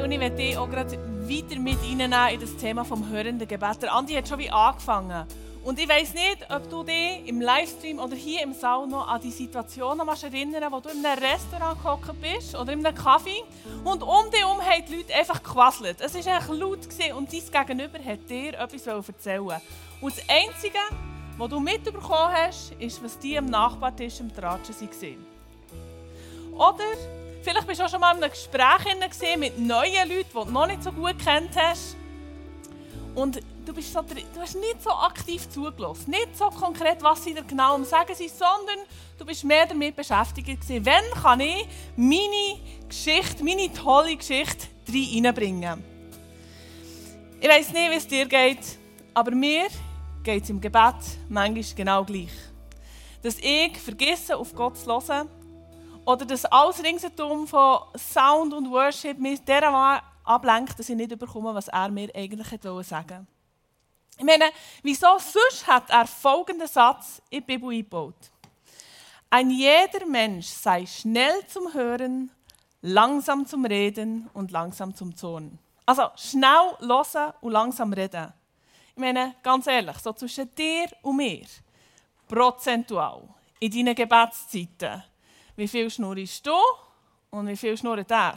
und ich werde dich auch gerade weiter mit reinnehmen in das Thema vom hörenden Gebet. Der Andi hat schon wie angefangen. Und ich weiss nicht, ob du dich im Livestream oder hier im Saal noch an die Situationen erinnern, wo du in einem Restaurant gehockt bist oder in einem Kaffee und um dich herum haben die Leute einfach gequasselt. Es war einfach laut und dein Gegenüber hat dir etwas erzählen. Und das Einzige, was du mitbekommen hast, ist, was die am Nachbartisch am Tratschen waren. Oder vielleicht bist du auch schon mal in einem Gespräch mit neuen Leuten, die du noch nicht so gut kennt hast. Und du hast nicht so aktiv zugelassen, nicht so konkret, was sie dir genau sagen sie, sondern du bist mehr damit beschäftigt gewesen. Wann kann ich meine Geschichte, meine tolle Geschichte reinbringen? Ich weiss nicht, wie es dir geht, aber mir geht es im Gebet manchmal genau gleich. Dass ich vergesse, auf Gott zu hören oder dass alles ringsherum von Sound und Worship mich derart ablenkt, dass ich nicht bekomme, was er mir eigentlich sagen wollte. Ich meine, wieso sonst hat er folgenden Satz in die Bibel eingebaut? Ein jeder Mensch sei schnell zum Hören, langsam zum Reden und langsam zum Zorn. Also schnell hören und langsam reden. Ich meine, ganz ehrlich, so zwischen dir und mir, prozentual, in deinen Gebetszeiten, wie viel schnurrst du und wie viel schnurrt er?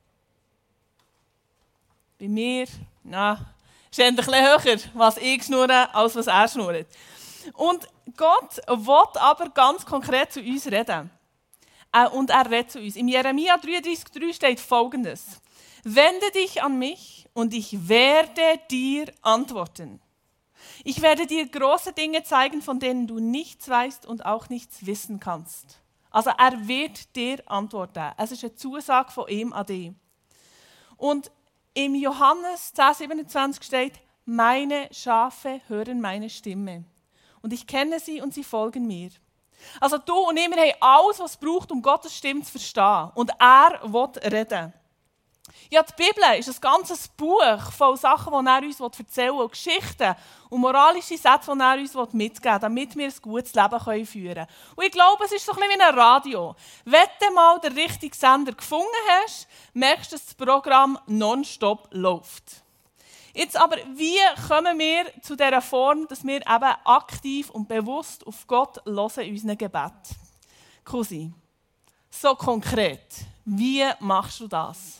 Bei mir, ist ein bisschen höher, was ich schnurre, als was er schnurrt. Und Gott will aber ganz konkret zu uns reden. Und er redet zu uns. Im Jeremia 33,3 steht Folgendes. Wende dich an mich und ich werde dir antworten. Ich werde dir große Dinge zeigen, von denen du nichts weißt und auch nichts wissen kannst. Also er wird dir antworten. Es ist eine Zusage von ihm an dich. Und im Johannes 10,27 steht, meine Schafe hören meine Stimme. Und ich kenne sie und sie folgen mir. Also du und ich, wir haben alles, was es braucht, um Gottes Stimme zu verstehen. Und er will reden. Ja, die Bibel ist ein ganzes Buch voll Sachen, die er uns erzählen will, Geschichten und moralische Sätze, die er uns mitgeben will, damit wir ein gutes Leben führen können. Und ich glaube, es ist so ein bisschen wie ein Radio. Wenn du mal den richtigen Sender gefunden hast, merkst du, dass das Programm nonstop läuft. Jetzt aber, wie kommen wir zu dieser Form, dass wir eben aktiv und bewusst auf Gott hören in unserem Gebet? Cousin, so konkret, wie machst du das?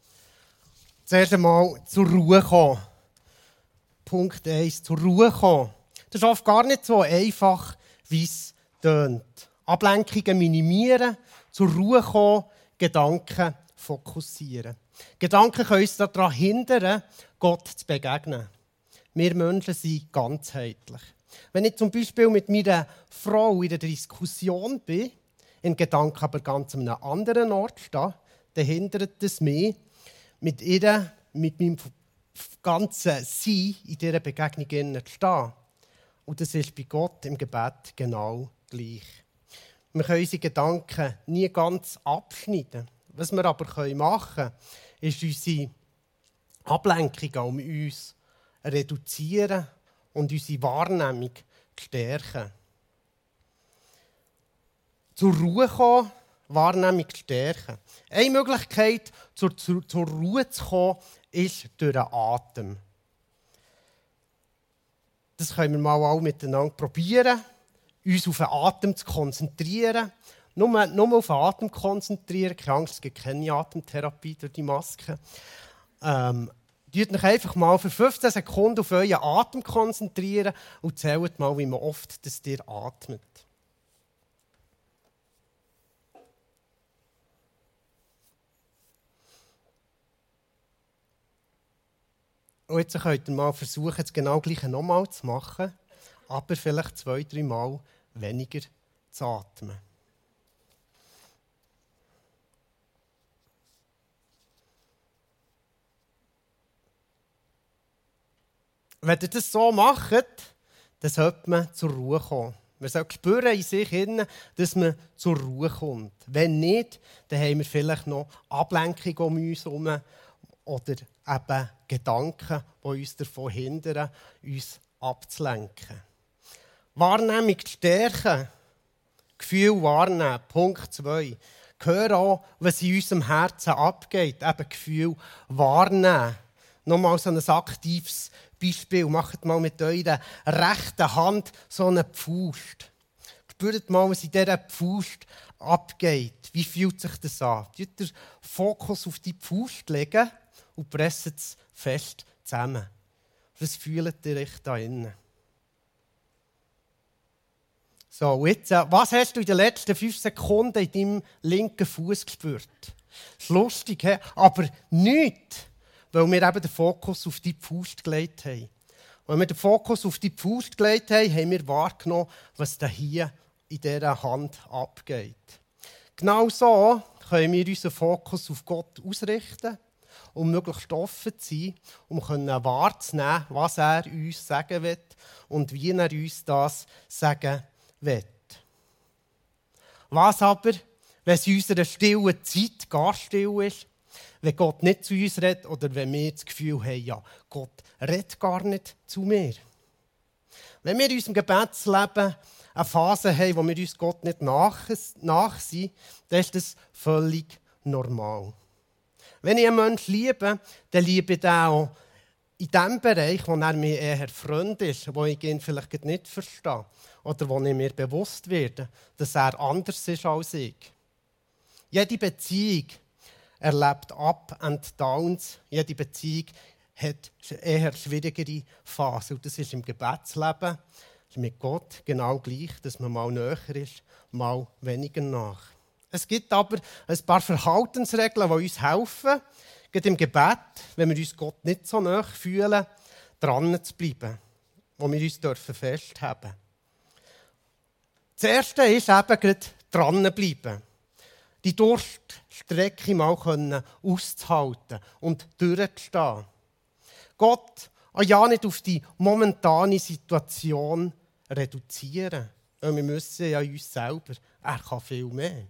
Zuerst einmal zur Ruhe kommen. Punkt 1, zur Ruhe kommen. Das ist oft gar nicht so einfach, wie es tönt. Ablenkungen minimieren, zur Ruhe kommen, Gedanken fokussieren. Gedanken können uns daran hindern, Gott zu begegnen. Wir Menschen sind ganzheitlich. Wenn ich zum Beispiel mit meiner Frau in der Diskussion bin, in Gedanken aber ganz an einem anderen Ort stehe, dann hindert es mich, mit ihr, mit meinem ganzen Sein in dieser Begegnung zu stehen. Und das ist bei Gott im Gebet genau gleich. Wir können unsere Gedanken nie ganz abschneiden. Was wir aber machen können, ist unsere Ablenkungen um uns reduzieren und unsere Wahrnehmung stärken. Zur Ruhe kommen, Wahrnehmung stärken. Eine Möglichkeit, zur Ruhe zu kommen, ist durch den Atem. Das können wir mal alle miteinander probieren, uns auf den Atem zu konzentrieren. Nur auf den Atem konzentrieren, keine Angst, es gibt keine Atemtherapie durch die Maske. Konzentriert euch einfach mal für 15 Sekunden auf euren Atem konzentrieren und zählt mal, wie man oft das ihr atmet. Und jetzt könnt ihr mal versuchen, das genau Gleiche nochmal zu machen, aber vielleicht 2-3 Mal weniger zu atmen. Wenn ihr das so macht, dann sollte man zur Ruhe kommen. Man soll spüren in sich, dass man zur Ruhe kommt. Wenn nicht, dann haben wir vielleicht noch Ablenkung um uns herum oder eben Gedanken, die uns davon hindern, uns abzulenken. Wahrnehmung stärken, Gefühl wahrnehmen. Punkt 2. hören auch, was in unserem Herzen abgeht. Eben Gefühl wahrnehmen. Nochmal so ein aktives Beispiel. Macht mal mit eurer rechten Hand so eine Pfust. Spürt mal, was in dieser Pfust abgeht. Wie fühlt sich das an? Legt den Fokus auf die Pfust legen und presst es fest zusammen. Was fühlt ihr euch da innen? So, jetzt, was hast du in den letzten 5 Sekunden in deinem linken Fuß gespürt? Das ist lustig, he? Aber nichts, weil wir eben den Fokus auf die Pfust gelegt haben. Wenn wir den Fokus auf die Pfust gelegt haben, haben wir wahrgenommen, was da hier in dieser Hand abgeht. Genau so können wir unseren Fokus auf Gott ausrichten, um möglichst offen zu sein, um wahrzunehmen, was er uns sagen will und wie er uns das sagen will. Was aber, wenn es in unserer stillen Zeit gar still ist, wenn Gott nicht zu uns redet oder wenn wir das Gefühl haben, ja, Gott redet gar nicht zu mir. Wenn wir in unserem Gebetsleben eine Phase haben, wo wir uns Gott nicht nach sind, dann ist das völlig normal. Wenn ich einen Menschen liebe, dann liebe ich ihn auch in dem Bereich, wo er mir eher Freund ist, wo ich ihn vielleicht nicht verstehe oder wo ich mir bewusst werde, dass er anders ist als ich. Jede Beziehung erlebt Up and Downs. Jede Beziehung hat eher schwierigere Phasen. Und das ist im Gebetsleben ist mit Gott genau gleich, dass man mal näher ist, mal weniger nach. Es gibt aber ein paar Verhaltensregeln, die uns helfen, gerade im Gebet, wenn wir uns Gott nicht so nahe fühlen, dran zu bleiben, wo wir uns festhalten dürfen. Das Erste ist eben gerade dranbleiben. Die Durststrecke mal auszuhalten und durchzustehen. Gott ja nicht auf die momentane Situation reduzieren. Weil wir müssen ja uns selber. Er kann viel mehr.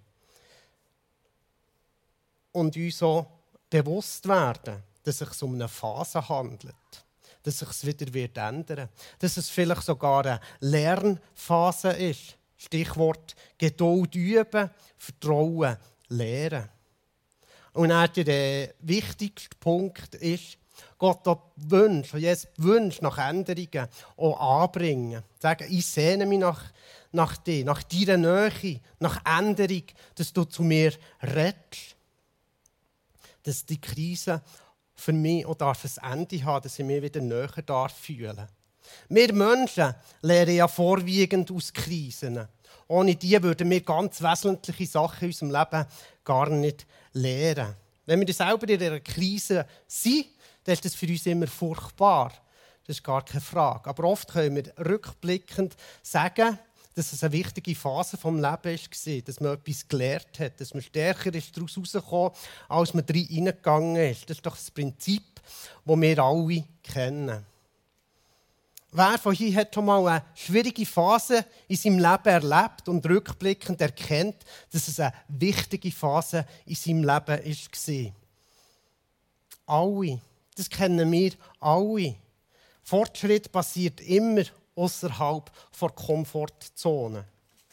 Und uns auch bewusst werden, dass es sich um eine Phase handelt. Dass es sich wieder ändern wird. Dass es vielleicht sogar eine Lernphase ist. Stichwort Geduld üben, Vertrauen lernen. Und dann der wichtigste Punkt ist, Gott auch Wünsche, Jesus Wünsche nach Änderungen auch anbringen. Sagen, ich sehne mich nach dir, nach deiner Nähe, nach Änderung, dass du zu mir redest. Dass die Krise für mich auch ein Ende haben, dass ich mich wieder näher fühlen darf. Wir Menschen lernen ja vorwiegend aus Krisen. Ohne die würden wir ganz wesentliche Sachen in unserem Leben gar nicht lernen. Wenn wir selber in einer Krise sind, dann ist das für uns immer furchtbar. Das ist gar keine Frage. Aber oft können wir rückblickend sagen, dass es eine wichtige Phase des Lebens war, dass man etwas gelernt hat, dass man stärker ist daraus herausgekommen ist, als man reingegangen ist. Das ist doch das Prinzip, das wir alle kennen. Wer von hier hat schon mal eine schwierige Phase in seinem Leben erlebt und rückblickend erkennt, dass es eine wichtige Phase in seinem Leben war? Alle. Das kennen wir alle. Fortschritt passiert immer außerhalb der Komfortzone.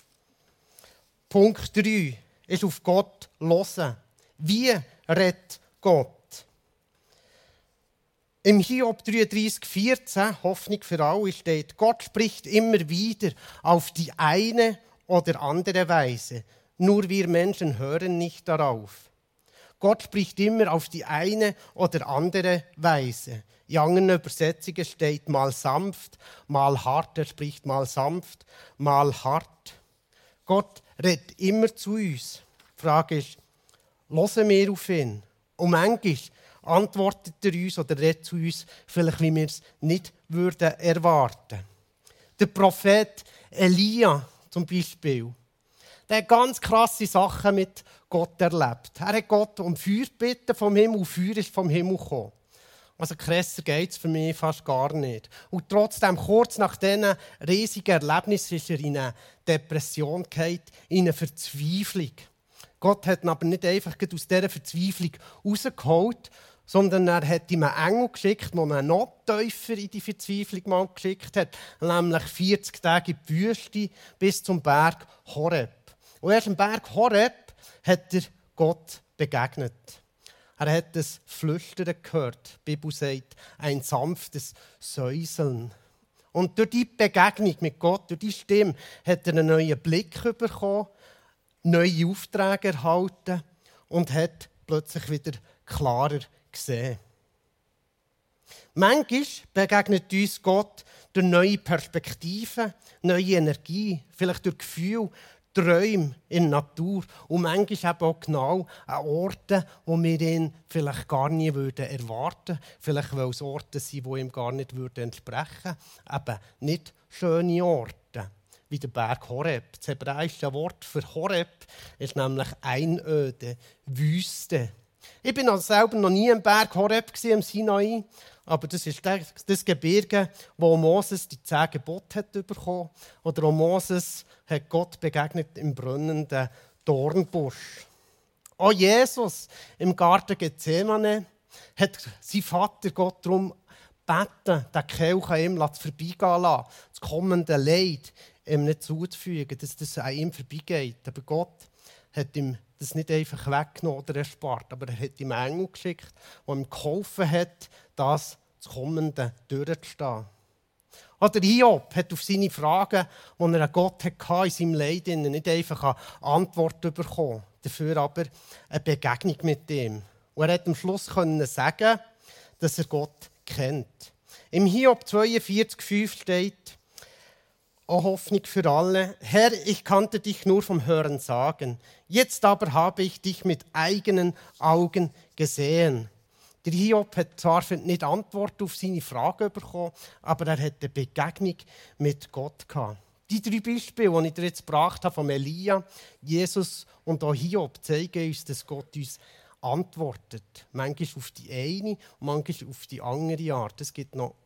Punkt 3 ist auf Gott hören. Wie redet Gott? Im Hiob 33,14, Hoffnung für alle, steht, Gott spricht immer wieder auf die eine oder andere Weise. Nur wir Menschen hören nicht darauf. Gott spricht immer auf die eine oder andere Weise. In anderen Übersetzungen steht mal sanft, mal hart. Er spricht mal sanft, mal hart. Gott redet immer zu uns. Die Frage ist, hören wir auf ihn? Und manchmal antwortet er uns oder redet zu uns, vielleicht wie wir es nicht würden erwarten. Der Prophet Elia zum Beispiel, der hat ganz krasse Sachen mit Gott erlebt. Er hat Gott um Feuer gebeten vom Himmel, und Feuer ist vom Himmel gekommen. Also krasser geht es für mich fast gar nicht. Und trotzdem, kurz nach diesen riesigen Erlebnissen, ist er in eine Depression gefallen, in eine Verzweiflung. Gott hat ihn aber nicht einfach aus dieser Verzweiflung rausgeholt, sondern er hat ihm einen Engel geschickt, der ihn noch tiefer in die Verzweiflung mal geschickt hat, nämlich 40 Tage in die Wüste bis zum Berg Horeb. Und erst am Berg Horeb hat er Gott begegnet. Er hat das Flüstern gehört. Die Bibel sagt, ein sanftes Säuseln. Und durch die Begegnung mit Gott, durch die Stimme, hat er einen neuen Blick bekommen, neue Aufträge erhalten und hat plötzlich wieder klarer gesehen. Manchmal begegnet uns Gott durch neue Perspektiven, neue Energie, vielleicht durch Gefühle, Träume in der Natur und manchmal eben auch genau an Orten, wo wir ihn vielleicht gar nie erwarten würden. Vielleicht weil es Orte sind, die ihm gar nicht entsprechen würden. Eben nicht schöne Orte, wie der Berg Horeb. Das hebräische Wort für Horeb ist nämlich Einöde, Wüste. Ich bin also selber noch nie am Berg Horeb im Sinai, aber das ist das Gebirge, wo Moses die 10 Gebote hat bekommen, oder wo Moses hat Gott begegnet im brennenden Dornbusch. Auch Jesus im Garten Gethsemane hat sein Vater Gott darum gebeten, den Kelch an ihm vorbeigehen zu lassen, das kommende Leid ihm nicht zuzufügen, dass das an ihm vorbeigeht. Aber Gott hat ihm das nicht einfach weggenommen oder erspart, aber er hat ihm einen Engel geschickt, der ihm geholfen hat, das Kommende durchzustehen. Oder Hiob hat auf seine Fragen, die er an Gott hatte, in seinem Leid nicht einfach eine Antwort bekommen, dafür aber eine Begegnung mit ihm. Und er hat am Schluss sagen, dass er Gott kennt. Im Hiob 42,5 steht, O Hoffnung für alle, Herr, ich kannte dich nur vom Hören sagen, jetzt aber habe ich dich mit eigenen Augen gesehen. Der Hiob hat zwar nicht Antwort auf seine Fragen bekommen, aber er hat eine Begegnung mit Gott gehabt. Die 3 Beispiele, die ich dir jetzt gebracht habe, von Elia, Jesus und auch Hiob, zeigen uns, dass Gott uns antwortet. Manchmal auf die eine und manchmal auf die andere Art. Es gibt noch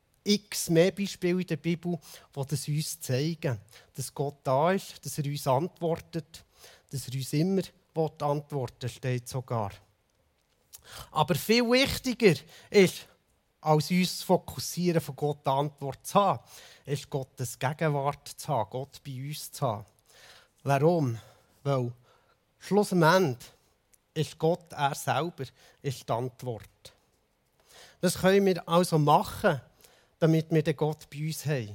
x mehr Beispiele in der Bibel, die das uns zeigen, dass Gott da ist, dass er uns antwortet, dass er uns immer antworten will, steht sogar. Aber viel wichtiger ist, als uns zu fokussieren, von Gott eine Antwort zu haben, ist Gottes Gegenwart zu haben, Gott bei uns zu haben. Warum? Weil schlussendlich ist Gott, er selber, ist die Antwort. Was können wir also machen, damit wir den Gott bei uns haben?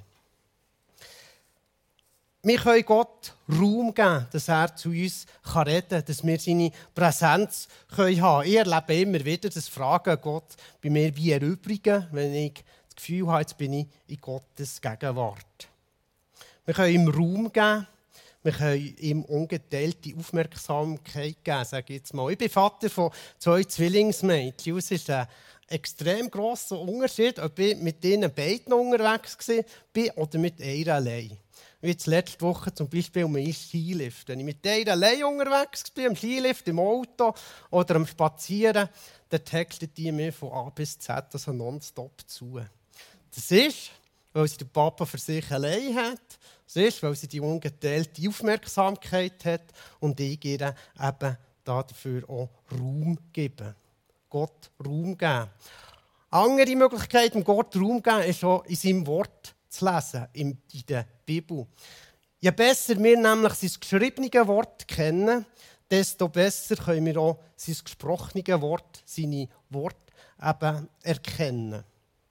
Wir können Gott Raum geben, dass er zu uns reden kann, dass wir seine Präsenz haben können. Ich erlebe immer wieder das Fragen Gott bei mir wie erübrigen, wenn ich das Gefühl habe, jetzt bin ich in Gottes Gegenwart. Wir können ihm Raum geben, wir können ihm ungeteilte Aufmerksamkeit geben, sage ich jetzt mal. Ich bin Vater von 2 Zwillingsmädchen. Es ist ein extrem grosser Unterschied, ob ich mit ihnen beiden unterwegs war oder mit einer allein. Wie jetzt letzte Woche zum Beispiel um einen Skilift. Wenn ich mit einer allein unterwegs bin, am Skilift, im Auto oder am Spazieren, dann textet die mir von A bis Z, also nonstop zu. Das ist, weil sie den Papa für sich allein hat. Das ist, weil sie die ungeteilte Aufmerksamkeit hat und ich ihr eben dafür auch Raum gebe. Gott Raum geben. Eine andere Möglichkeit, um Gott Raum zu geben, ist auch in seinem Wort zu lesen, in der Bibel. Je besser wir nämlich sein geschriebenes Wort kennen, desto besser können wir auch sein gesprochenes Wort, seine Worte eben erkennen.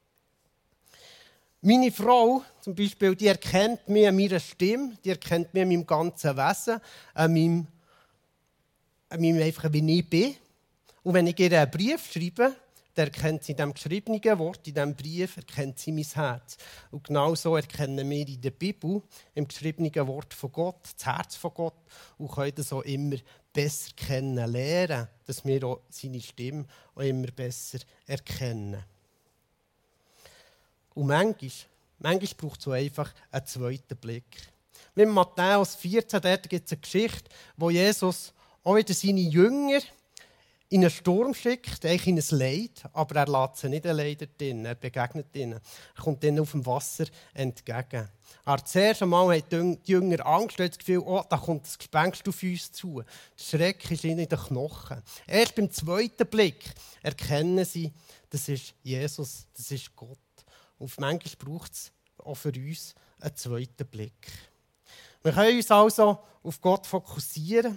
Meine Frau zum Beispiel, die erkennt mich an meiner Stimme, die erkennt mich an meinem ganzen Wesen, an meinem einfach, wie ich bin. Und wenn ich ihr einen Brief schreibe, dann erkennt sie in dem geschriebenen Wort, in diesem Brief, erkennt sie mein Herz. Und genau so erkennen wir in der Bibel, im geschriebenen Wort von Gott, das Herz von Gott und können das auch immer besser kennenlernen, dass wir auch seine Stimme auch immer besser erkennen. Und manchmal braucht es so einfach einen zweiten Blick. Mit Matthäus 14, dort gibt es eine Geschichte, wo Jesus auch wieder seine Jünger in einen Sturm schickt, eigentlich in ein Leid, aber er lässt sie nicht allein drin, er begegnet ihnen. Er kommt ihnen auf dem Wasser entgegen. Aber zuerst einmal haben die Jünger Angst, das Gefühl, oh, da kommt das Gespenst auf uns zu. Der Schreck ist ihnen in den Knochen. Erst beim zweiten Blick erkennen sie, das ist Jesus, das ist Gott. Und manchmal braucht es auch für uns einen zweiten Blick. Wir können uns also auf Gott fokussieren,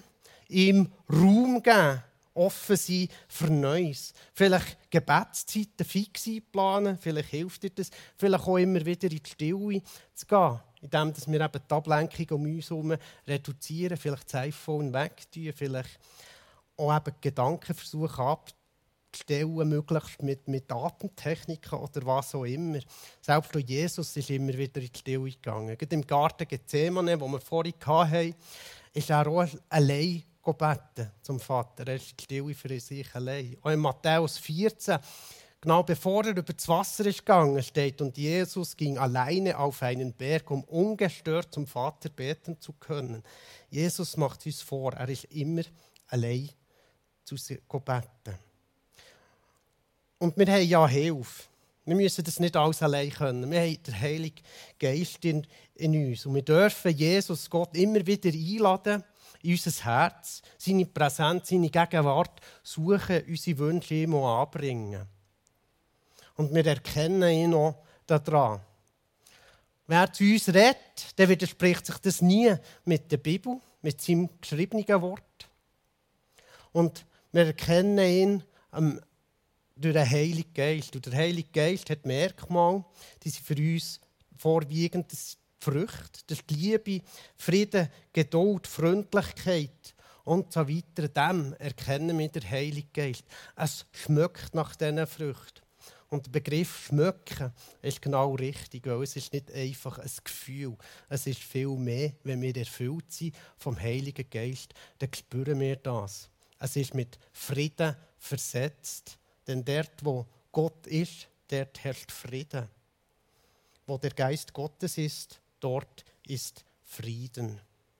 ihm Raum geben, offen sein für Neues. Vielleicht Gebetszeiten fix einplanen, vielleicht hilft dir das. Vielleicht auch immer wieder in die Stille zu gehen, indem wir eben die Ablenkung um uns herum reduzieren, vielleicht das iPhone wegtun, vielleicht auch eben Gedanken versuchen abzustellen, möglichst mit Atemtechniken oder was auch immer. Selbst Jesus ist immer wieder in die Stille gegangen. Gerade im Garten Gethsemane, wo wir vorhin hatten, ist er auch allein beten zum Vater. Er ist in die Stille für sich allein. Auch in Matthäus 14, genau bevor er über das Wasser ist gegangen, steht, und Jesus ging alleine auf einen Berg, um ungestört zum Vater beten zu können. Jesus macht uns vor, er ist immer allein zu beten. Und wir haben ja Hilfe. Wir müssen das nicht alles allein können. Wir haben den Heiligen Geist in uns. Und wir dürfen Jesus, Gott, immer wieder einladen in unser Herz, seine Präsenz, seine Gegenwart suchen, unsere Wünsche ihm auch anbringen. Und wir erkennen ihn auch daran. Wenn er zu uns redet, dann widerspricht sich das nie mit der Bibel, mit seinem geschriebenen Wort. Und wir erkennen ihn durch den Heiligen Geist. Und der Heilige Geist hat Merkmale, die sind für uns vorwiegend Früchte. Das ist die Liebe, Frieden, Geduld, Freundlichkeit und so weiter. Dem erkennen wir den Heiligen Geist. Es schmeckt nach diesen Früchten. Und der Begriff «schmecken» ist genau richtig, weil es ist nicht einfach ein Gefühl. Es ist viel mehr, wenn wir erfüllt sind vom Heiligen Geist, dann spüren wir das. Es ist mit Frieden versetzt. Denn dort, wo Gott ist, dort herrscht Frieden. Wo der Geist Gottes ist, dort ist Frieden.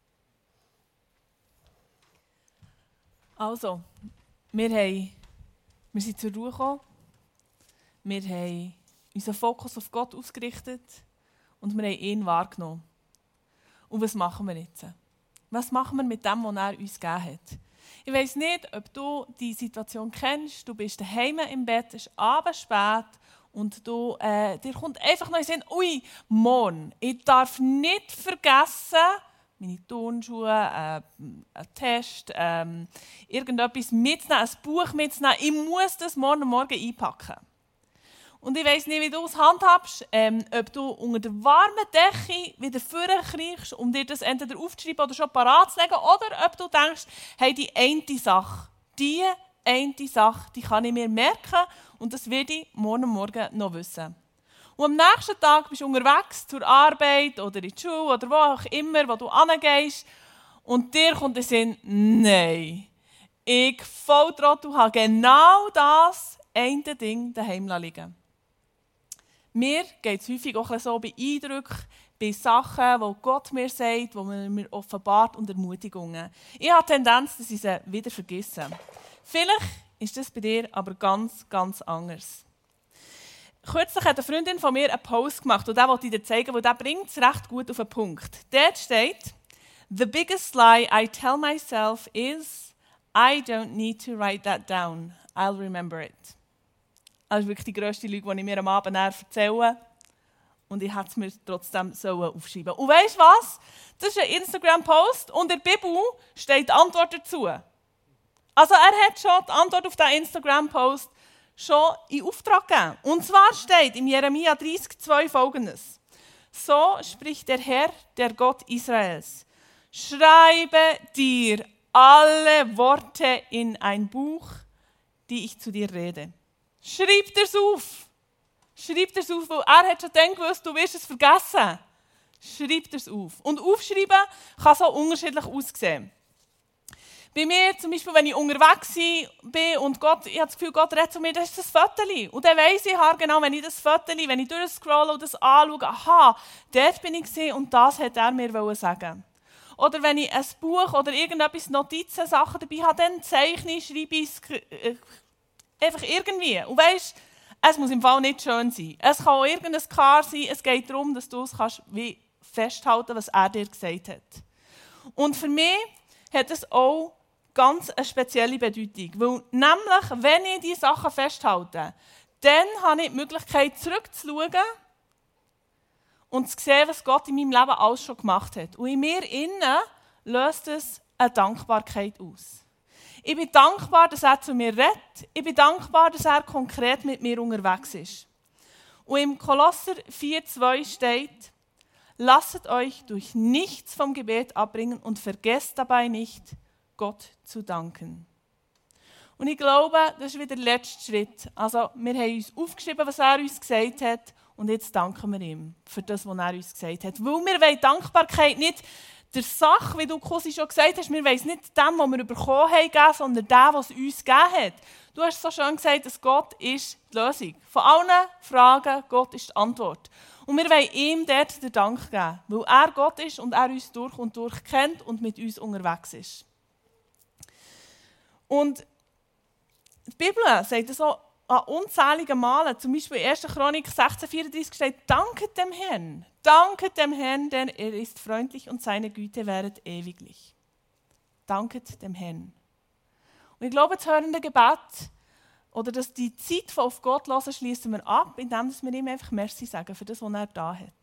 Also, wir sind zur Ruhe gekommen. Wir haben unseren Fokus auf Gott ausgerichtet und wir haben ihn wahrgenommen. Und was machen wir jetzt? Was machen wir mit dem, was er uns gegeben hat? Ich weiss nicht, ob du die Situation kennst. Du bist daheim im Bett, es ist abends spät und dir kommt einfach noch in den Sinn, ui, morgen, ich darf nicht vergessen, meine Turnschuhe, einen Test, irgendetwas mitzunehmen, ein Buch mitzunehmen. Ich muss das morgen einpacken. Und ich weiss nicht, wie du es handhabst, ob du unter der warmen Decke wieder vorkriegst, um dir das entweder aufzuschreiben oder schon parat zu legen, oder ob du denkst, hey, die eine Sache, die kann ich mir merken und das werde ich morgen noch wissen. Und am nächsten Tag bist du unterwegs zur Arbeit oder in die Schule oder wo auch immer, wo du hingehst und dir kommt der Sinn, nein, ich Volltrottel habe genau das eine Ding daheim liegen. Mir geht es häufig auch so bei Eindrücken, bei Sachen, die Gott mir sagt, die mir offenbart und Ermutigungen. Ich habe die Tendenz, dass ich sie wieder vergesse. Vielleicht ist das bei dir aber ganz, ganz anders. Kürzlich hat eine Freundin von mir einen Post gemacht und den wollte ich dir zeigen, weil der bringt es recht gut auf den Punkt. Dort steht, «The biggest lie I tell myself is, I don't need to write that down. I'll remember it.» Das ist wirklich die grösste Lüge, die ich mir am Abend erzähle. Und ich hätte es mir trotzdem aufschreiben sollen. Und weisst du was? Das ist ein Instagram-Post und in der Bibel steht die Antwort dazu. Also er hat schon die Antwort auf diesen Instagram-Post schon in Auftrag gegeben. Und zwar steht in Jeremia 30,2 Folgendes. «So spricht der Herr, der Gott Israels. Schreibe dir alle Worte in ein Buch, die ich zu dir rede.» Schreib dir's auf. Schreib dir's auf, weil er hat schon dann gewusst, du wirst es vergessen. Schreib dir's auf. Und aufschreiben kann so unterschiedlich aussehen. Bei mir zum Beispiel, wenn ich unterwegs bin und ich habe das Gefühl, Gott redet zu mir, das ist das Fotochen. Und dann weiss ich genau, wenn ich das Fotochen, wenn ich durchscrolle und das anschaue, aha, dort bin ich gewesen und das hat er mir sagen. Oder wenn ich ein Buch oder irgendetwas Notizen, Sachen dabei habe, dann zeichne ich, schreibe ich einfach irgendwie. Und weisst, es muss im Fall nicht schön sein. Es kann auch irgendein Kar sein. Es geht darum, dass du es kannst wie festhalten, was er dir gesagt hat. Und für mich hat es auch ganz eine spezielle Bedeutung. Weil nämlich, wenn ich diese Sachen festhalte, dann habe ich die Möglichkeit, zurückzuschauen und zu sehen, was Gott in meinem Leben alles schon gemacht hat. Und in mir innen löst es eine Dankbarkeit aus. Ich bin dankbar, dass er zu mir redet. Ich bin dankbar, dass er konkret mit mir unterwegs ist. Und im Kolosser 4,2 steht: Lasset euch durch nichts vom Gebet abbringen und vergesst dabei nicht, Gott zu danken. Und ich glaube, das ist wieder der letzte Schritt. Also, wir haben uns aufgeschrieben, was er uns gesagt hat, und jetzt danken wir ihm für das, was er uns gesagt hat. Weil wir wollen Dankbarkeit nicht der Sache, wie du Cosi schon gesagt hast, wir wollen es nicht dem, was wir bekommen haben, geben, sondern dem, was es uns gegeben hat. Du hast so schön gesagt, dass Gott ist die Lösung. Von allen Fragen, Gott ist die Antwort. Und wir wollen ihm dort den Dank geben, weil er Gott ist und er uns durch und durch kennt und mit uns unterwegs ist. Und die Bibel sagt das auch an unzähligen Malen. Zum Beispiel in 1. Chronik 16,34 steht: Danket dem Herrn, denn er ist freundlich und seine Güte währet ewiglich. Danket dem Herrn. Und ich glaube, das hörende Gebet oder dass die Zeit von auf Gott hören, schließen wir ab, indem wir ihm einfach Merci sagen für das, was er da hat.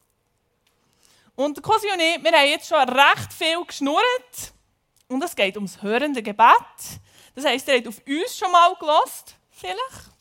Und Cosi und ich, wir haben jetzt schon recht viel geschnurrt. Und es geht ums hörende Gebet. Das heisst, ihr habt auf uns schon mal gehört, vielleicht.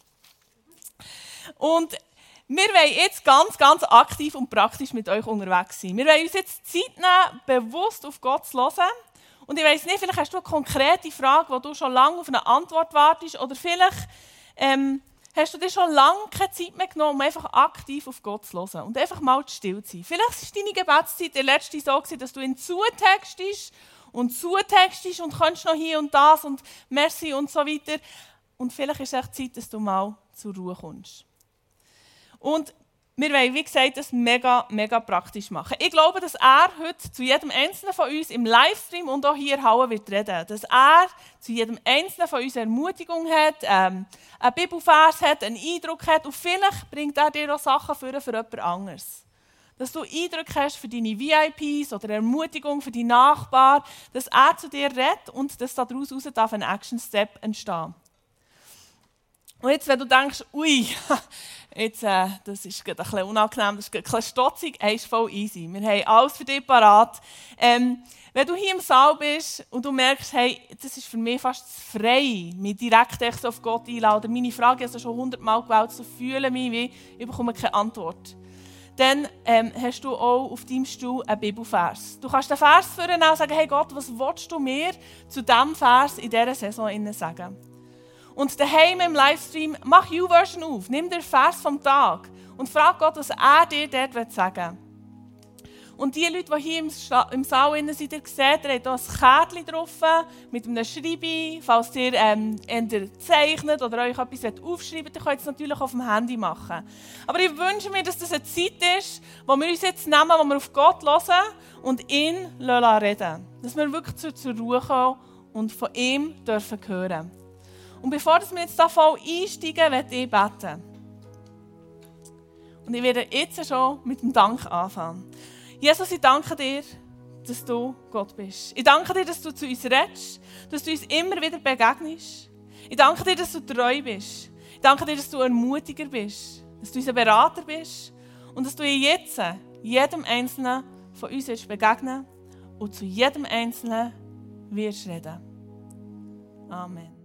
Und wir wollen jetzt ganz, ganz aktiv und praktisch mit euch unterwegs sein. Wir wollen uns jetzt Zeit nehmen, bewusst auf Gott zu hören. Und ich weiss nicht, vielleicht hast du eine konkrete Frage, wo du schon lange auf eine Antwort wartest. Oder vielleicht hast du dir schon lange keine Zeit mehr genommen, um einfach aktiv auf Gott zu hören. Und einfach mal still zu sein. Vielleicht war deine Gebetszeit der letzte so, dass du ihn zutextest und kannst noch hier und das und Merci und so weiter. Und vielleicht ist es echt Zeit, dass du mal zur Ruhe kommst. Und wir wollen, wie gesagt, das mega, mega praktisch machen. Ich glaube, dass er heute zu jedem Einzelnen von uns im Livestream und auch hier in Halle wird reden. Dass er zu jedem Einzelnen von uns Ermutigung hat, einen Bibelvers hat, einen Eindruck hat. Und vielleicht bringt er dir auch Sachen für jemand anderes. Dass du Eindruck hast für deine VIPs oder Ermutigung für deinen Nachbar, dass er zu dir redet und dass daraus ein Action-Step entstehen. Und jetzt, wenn du denkst, ui, jetzt, das ist ein bisschen unangenehm, das ist ein bisschen stotzig, ist voll easy. Wir haben alles für dich parat. Wenn du hier im Saal bist und du merkst, hey, das ist für mich fast frei, mich direkt auf Gott einladen, oder meine Frage ist schon 100-mal gewählt, so fühle mich wie, ich bekomme keine Antwort. Dann hast du auch auf deinem Stuhl einen Bibelvers. Du kannst den Vers vornehmen und sagen, hey Gott, was willst du mir zu diesem Vers in dieser Saison sagen? Und daheim im Livestream, mach YouVersion auf, nimm den Vers vom Tag und frag Gott, was er dir dort sagen will. Und die Leute, die hier im Saal sind, ihr seht, ihr habt hier ein Kärtchen drauf mit einem Schreiben. Falls ihr entweder zeichnet oder euch etwas aufschreiben, dann könnt ihr es natürlich auf dem Handy machen. Aber ich wünsche mir, dass das eine Zeit ist, wo wir uns jetzt nehmen, wo wir auf Gott hören und ihn reden lassen. Dass wir wirklich zur Ruhe kommen und von ihm dürfen hören. Und bevor wir jetzt da voll einsteigen, werde ich beten. Und ich werde jetzt schon mit dem Dank anfangen. Jesus, ich danke dir, dass du Gott bist. Ich danke dir, dass du zu uns redest, dass du uns immer wieder begegnest. Ich danke dir, dass du treu bist. Ich danke dir, dass du ein Ermutiger bist, dass du unser Berater bist und dass du jetzt jedem Einzelnen von uns begegnen und zu jedem Einzelnen wirst reden. Amen.